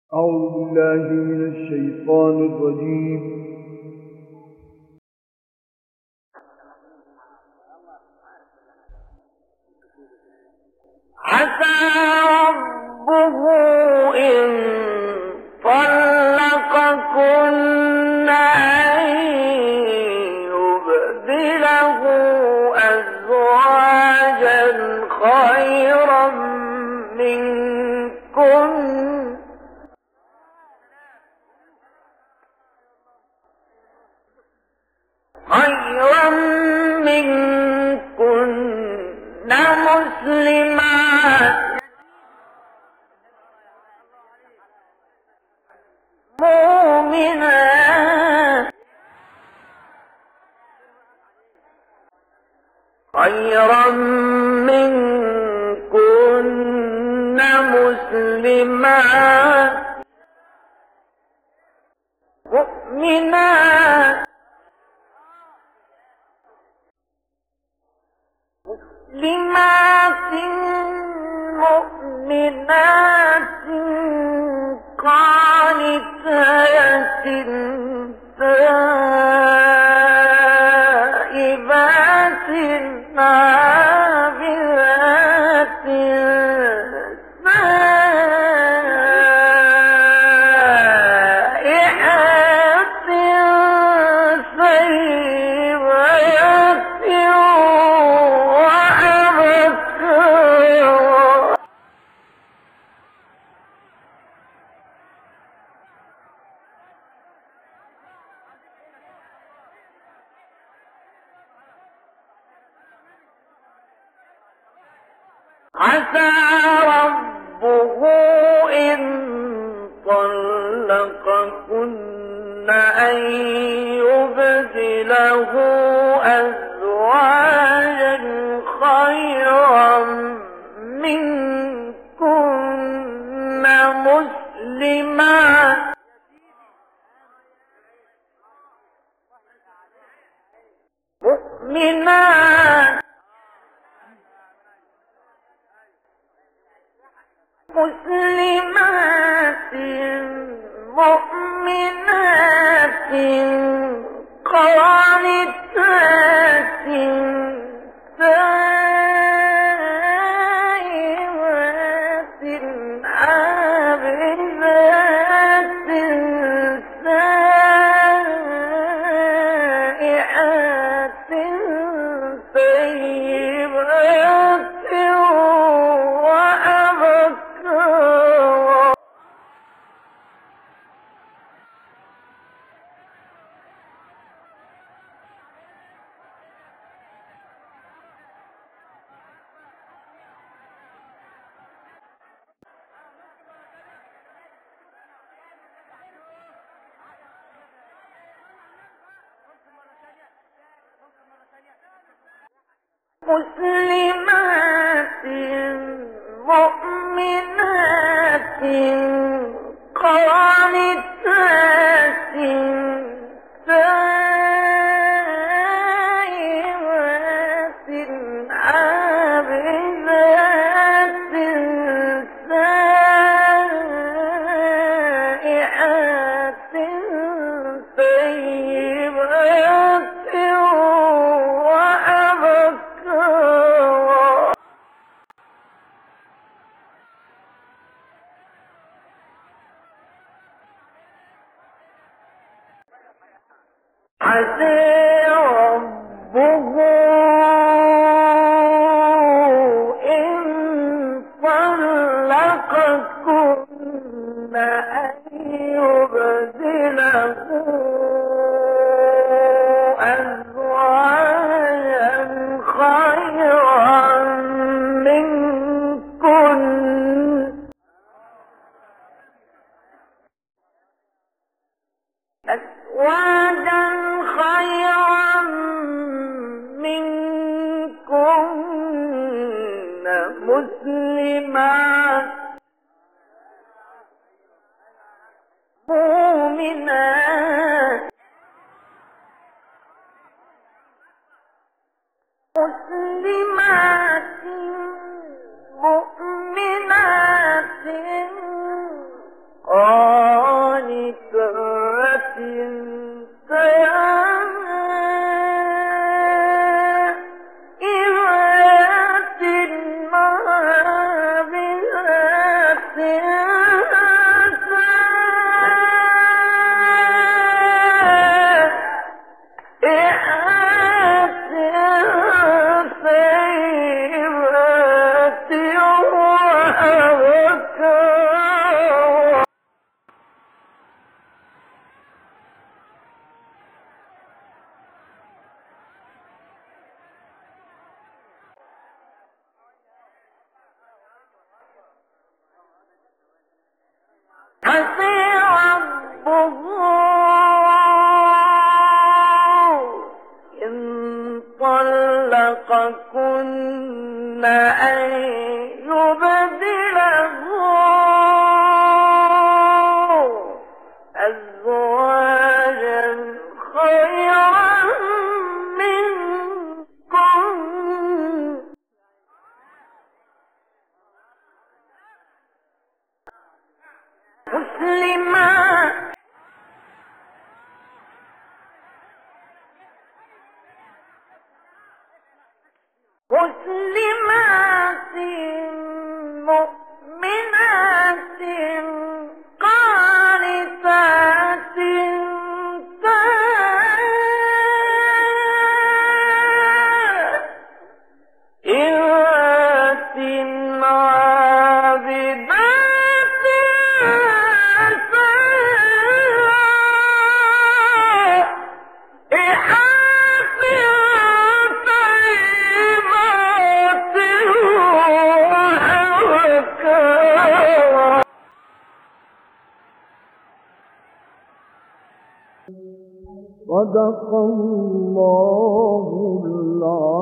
أعوذ بالله من الشيطان الرجيم. عسى ربه إن طلقكن أن يبدله أزواجا خيرا منكن مسلمات مؤمنات خيرا منكن مسلمات مؤمنات مسلمات مؤمنات قانتات تائبات عابدات سائحات ثيبات وأبكار. عسى ربه إن طلقكن أن يبدله أزواجا خيرا منكن مسلمات مؤمنات مسلمات مؤمنات قانتات تائبات عابدات سائحات ثيبات وأبكار. مسلمات مؤمنات قانتات تائبات عابدات سائحات ثيبات وأبكار. عسى ربه إن طلقكن أن يبدله أزواجا خيرا منكن أزواجا خيرا منكن مسلمات مؤمنات مسلمات مؤمنات مسلمات مؤمنات قانتات تائبات عابدات سائحات طيبات وأبكار. صدق الله العظيم.